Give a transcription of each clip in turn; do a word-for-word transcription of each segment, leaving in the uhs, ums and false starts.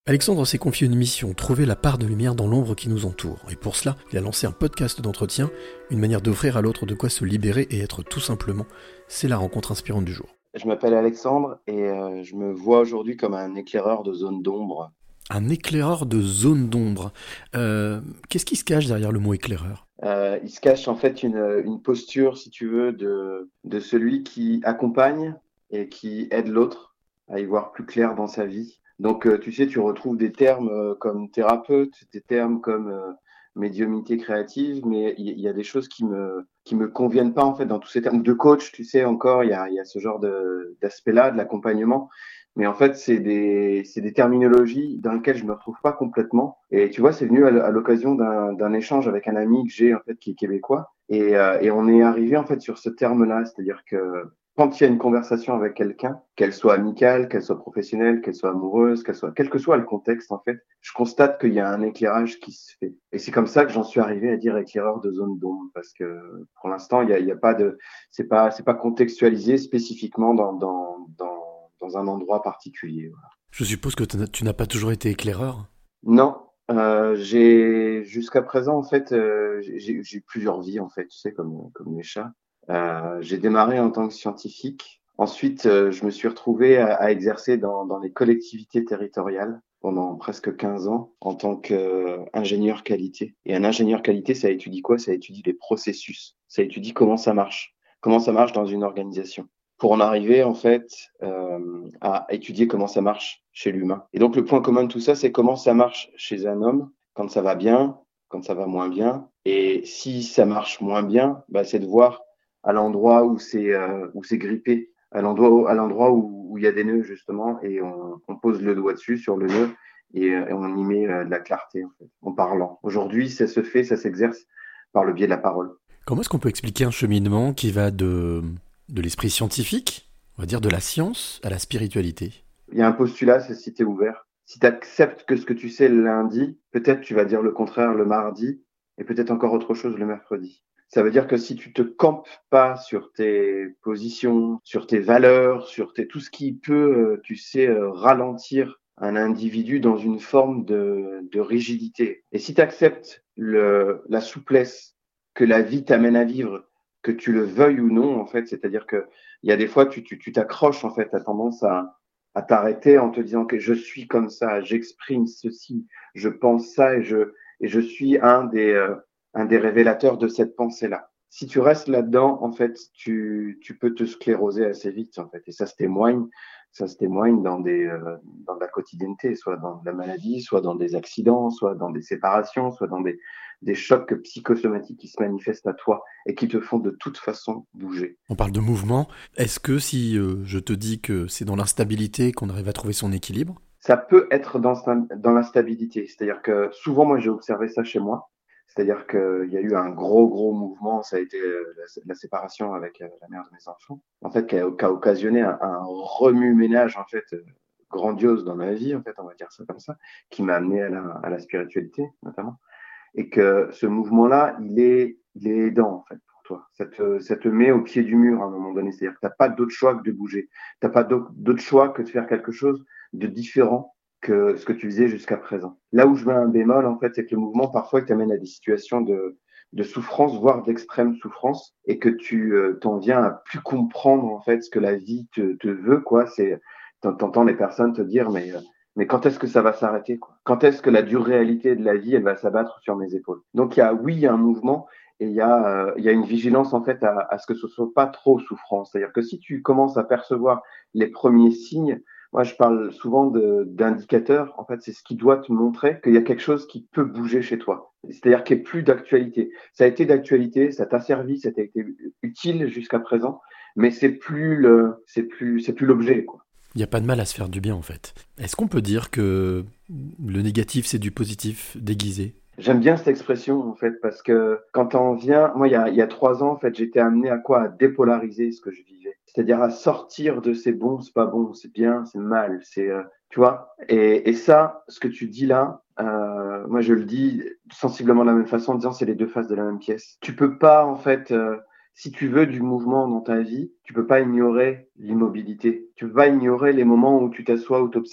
Alexandre s'est confié une mission, trouver la part de lumière dans l'ombre qui nous entoure. Et pour cela, il a lancé un podcast d'entretien, une manière d'offrir à l'autre de quoi se libérer et être tout simplement. C'est la rencontre inspirante du jour. Je m'appelle Alexandre et euh, je me vois aujourd'hui comme un éclaireur de zone d'ombre. Un éclaireur de zone d'ombre. Euh, qu'est-ce qui se cache derrière le mot éclaireur ? Euh, il se cache en fait une, une posture, si tu veux, de, de celui qui accompagne et qui aide l'autre à y voir plus clair dans sa vie. Donc, euh, tu sais, tu retrouves des termes euh, comme thérapeute, des termes comme euh, médiumnité créative, mais il y, il y a des choses qui me qui me conviennent pas en fait dans tous ces termes de coach. Tu sais, encore, il y a, il y a ce genre de d'aspect-là, de l'accompagnement. Mais en fait, c'est des, c'est des terminologies dans lesquelles je me retrouve pas complètement. Et tu vois, c'est venu à l- à l'occasion d'un, d'un échange avec un ami que j'ai, en fait, qui est québécois. Et, euh, et on est arrivé, en fait, sur ce terme-là. C'est-à-dire que quand il y a une conversation avec quelqu'un, qu'elle soit amicale, qu'elle soit professionnelle, qu'elle soit amoureuse, qu'elle soit, quel que soit le contexte, en fait, je constate qu'il y a un éclairage qui se fait. Et c'est comme ça que j'en suis arrivé à dire éclaireur de zone d'ombre. Parce que, pour l'instant, il y a, il y a pas de, c'est pas, c'est pas contextualisé spécifiquement dans, dans, dans, dans un endroit particulier. Voilà. Je suppose que tu n'as tu n'as pas toujours été éclaireur. Non, euh, j'ai jusqu'à présent en fait, euh, j'ai j'ai plusieurs vies en fait, tu sais comme comme les chats. Euh, j'ai démarré en tant que scientifique. Ensuite, euh, je me suis retrouvé à, à exercer dans dans les collectivités territoriales pendant presque quinze ans en tant qu'ingénieur qualité. Et un ingénieur qualité, ça étudie quoi? Ça étudie les processus. Ça étudie comment ça marche, comment ça marche dans une organisation pour en arriver en fait euh, à étudier comment ça marche chez l'humain. Et donc le point commun de tout ça, c'est comment ça marche chez un homme quand ça va bien, quand ça va moins bien. Et si ça marche moins bien, bah, c'est de voir à l'endroit où c'est euh, où c'est grippé, à l'endroit à l'endroit où, où il y a des nœuds justement, et on, on pose le doigt dessus sur le nœud et, et on y met euh, de la clarté en fait, en parlant. Aujourd'hui, ça se fait, ça s'exerce par le biais de la parole. Comment est-ce qu'on peut expliquer un cheminement qui va de, de l'esprit scientifique, on va dire de la science, à la spiritualité ? Il y a un postulat, c'est si tu es ouvert. Si tu acceptes que ce que tu sais le lundi, peut-être tu vas dire le contraire le mardi et peut-être encore autre chose le mercredi. Ça veut dire que si tu te campes pas sur tes positions, sur tes valeurs, sur tes, tout ce qui peut, euh, tu sais, euh, ralentir un individu dans une forme de, de rigidité. Et si tu acceptes le, la souplesse que la vie t'amène à vivre, que tu le veuilles ou non, en fait, c'est-à-dire que il y a des fois, tu, tu, tu t'accroches, en fait, à tendance à, à t'arrêter en te disant que je suis comme ça, j'exprime ceci, je pense ça et je, et je suis un des, euh, un des révélateurs de cette pensée-là. Si tu restes là-dedans, en fait, tu, tu peux te scléroser assez vite, en fait. Et ça se témoigne, ça se témoigne dans des, euh, dans la quotidienneté, soit dans la maladie, soit dans des accidents, soit dans des séparations, soit dans des, des chocs psychosomatiques qui se manifestent à toi et qui te font de toute façon bouger. On parle de mouvement. Est-ce que si euh, je te dis que c'est dans l'instabilité qu'on arrive à trouver son équilibre ? Ça peut être dans, dans l'instabilité. C'est-à-dire que souvent, moi, j'ai observé ça chez moi. C'est-à-dire qu'il y a eu un gros, gros mouvement. Ça a été la, la séparation avec la mère de mes enfants. En fait, qui a, qui a occasionné un, un remue-ménage, en fait, grandiose dans ma vie, en fait, on va dire ça comme ça, qui m'a amené à la, à la spiritualité, notamment. Et que ce mouvement-là, il est, il est aidant, en fait, pour toi. Ça te, ça te met au pied du mur à un moment donné. C'est-à-dire que tu n'as pas d'autre choix que de bouger. Tu n'as pas d'autre choix que de faire quelque chose de différent que ce que tu faisais jusqu'à présent. Là où je mets un bémol, en fait, c'est que le mouvement, parfois, il t'amène à des situations de, de souffrance, voire d'extrême souffrance, et que tu euh, t'en viens à plus comprendre, en fait, ce que la vie te, te veut, quoi. C'est, t'entends les personnes te dire, mais, euh, mais quand est-ce que ça va s'arrêter, quoi? Quand est-ce que la dure réalité de la vie, elle va s'abattre sur mes épaules? Donc, il y a, oui, il y a un mouvement, et il y a, euh, il y a une vigilance, en fait, à, à ce que ce soit pas trop souffrant. C'est-à-dire que si tu commences à percevoir les premiers signes, moi, je parle souvent de, d'indicateurs. En fait, c'est ce qui doit te montrer qu'il y a quelque chose qui peut bouger chez toi. C'est-à-dire qu'il n'y a plus d'actualité. Ça a été d'actualité, ça t'a servi, ça t'a été utile jusqu'à présent, mais c'est plus le, c'est plus, c'est plus l'objet, quoi. Il n'y a pas de mal à se faire du bien en fait. Est-ce qu'on peut dire que le négatif c'est du positif déguisé ? J'aime bien cette expression, en fait, parce que quand on vient, moi, il y a, il y a trois ans, en fait, j'étais amené à quoi? À dépolariser ce que je vivais. C'est-à-dire à sortir de c'est bon, c'est pas bon, c'est bien, c'est mal, c'est, euh, tu vois. Et, et ça, ce que tu dis là, euh, moi, je le dis sensiblement de la même façon, en disant c'est les deux faces de la même pièce. Tu peux pas, en fait, euh, si tu veux du mouvement dans ta vie, tu peux pas ignorer l'immobilité. Tu peux pas ignorer les moments où tu t'assois, où tu observes.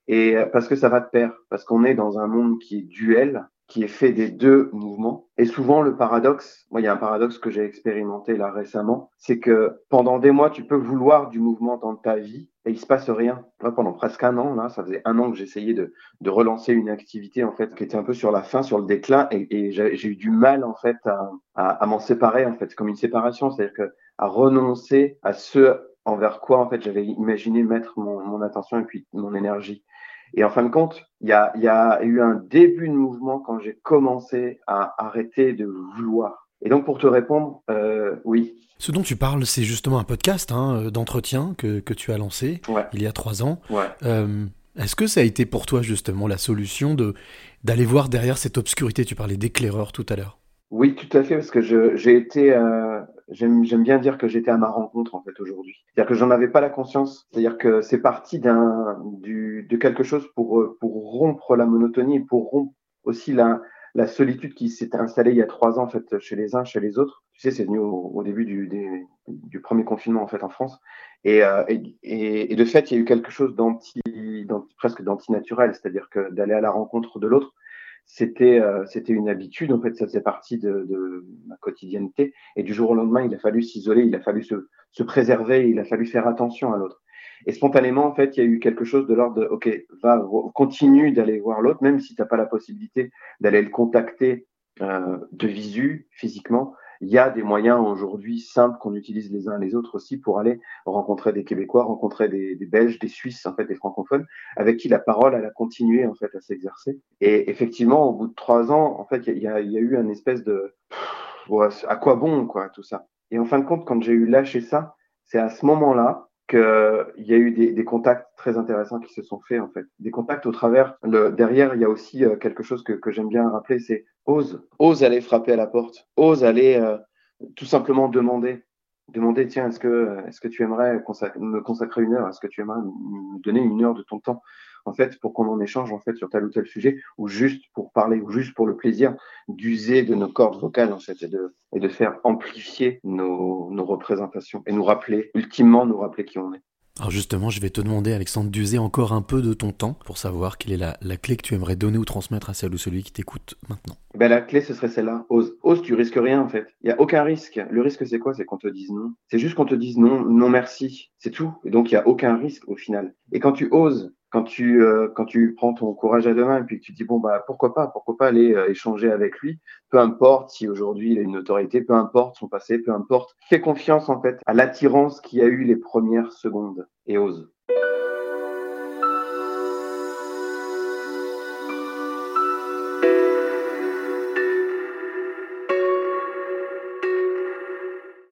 Et euh, parce que ça va de pair, parce qu'on est dans un monde qui est duel, qui est fait des deux mouvements. Et souvent, le paradoxe, moi, il y a un paradoxe que j'ai expérimenté là récemment, c'est que pendant des mois, tu peux vouloir du mouvement dans ta vie et il se passe rien. Moi, pendant presque un an, là, ça faisait un an que j'essayais de, de relancer une activité, en fait, qui était un peu sur la fin, sur le déclin, et, et j'ai, j'ai eu du mal, en fait, à, à, à m'en séparer, en fait. C'est comme une séparation, c'est-à-dire que à renoncer à ce envers quoi, en fait, j'avais imaginé mettre mon, mon attention et puis mon énergie. Et en fin de compte, il y a, il y a eu un début de mouvement quand j'ai commencé à arrêter de vouloir. Et donc, pour te répondre, euh, oui. Ce dont tu parles, c'est justement un podcast hein, d'entretien que, que tu as lancé Ouais. il y a trois ans. Ouais. Euh, est-ce que ça a été pour toi justement la solution de, d'aller voir derrière cette obscurité? Tu parlais d'éclaireur tout à l'heure. Oui, tout à fait, parce que je, j'ai été, euh, j'aime, j'aime bien dire que j'étais à ma rencontre en fait aujourd'hui. C'est-à-dire que j'en avais pas la conscience. C'est-à-dire que c'est parti d'un, du, de quelque chose pour, euh, pour rompre la monotonie, pour rompre aussi la, la solitude qui s'était installée il y a trois ans en fait chez les uns, chez les autres. Tu sais, c'est venu au, au début du, des, du premier confinement en fait en France. Et, euh, et, et, et de fait, il y a eu quelque chose d'anti, d'anti presque d'antinaturel, c'est-à-dire que d'aller à la rencontre de l'autre c'était euh, c'était une habitude en fait, ça faisait partie de, de ma quotidienneté et du jour au lendemain il a fallu s'isoler, il a fallu se, se préserver, il a fallu faire attention à l'autre et spontanément en fait il y a eu quelque chose de l'ordre de ok, va continue d'aller voir l'autre même si t'as pas la possibilité d'aller le contacter euh, de visu physiquement. Il y a des moyens aujourd'hui simples qu'on utilise les uns les autres aussi pour aller rencontrer des Québécois, rencontrer des, des Belges, des Suisses, en fait, des francophones, avec qui la parole, elle a continué, en fait, à s'exercer. Et effectivement, au bout de trois ans, en fait, il y a, y a eu un espèce de, ouais, à quoi bon, quoi, tout ça. Et en fin de compte, quand j'ai eu lâché ça, c'est à ce moment-là qu'il y a eu des, des contacts très intéressants qui se sont faits, en fait. Des contacts au travers, le, derrière, il y a aussi euh, quelque chose que, que j'aime bien rappeler, c'est ose, ose aller frapper à la porte, ose aller euh, tout simplement demander. Demander, tiens, est-ce que, est-ce que tu aimerais consac- me consacrer une heure? Est-ce que tu aimerais me donner une heure de ton temps? En fait, pour qu'on en échange, en fait, sur tel ou tel sujet, ou juste pour parler, ou juste pour le plaisir d'user de nos cordes vocales, en fait, et de, et de faire amplifier nos, nos représentations, et nous rappeler, ultimement, nous rappeler qui on est. Alors justement, je vais te demander, Alexandre, d'user encore un peu de ton temps pour savoir quelle est la, la clé que tu aimerais donner ou transmettre à celle ou celui qui t'écoute maintenant. Ben, la clé, ce serait celle-là. Ose. Ose, tu risques rien, en fait. Il n'y a aucun risque. Le risque, c'est quoi? C'est qu'on te dise non. C'est juste qu'on te dise non, non merci. C'est tout. Et donc, il n'y a aucun risque au final. Et quand tu oses, quand tu, euh, quand tu prends ton courage à deux mains et puis que tu te dis, bon, bah, pourquoi pas? Pourquoi pas aller euh, échanger avec lui? Peu importe si aujourd'hui il a une autorité, peu importe son passé, peu importe. Fais confiance, en fait, à l'attirance qu'il y a eu les premières secondes et ose.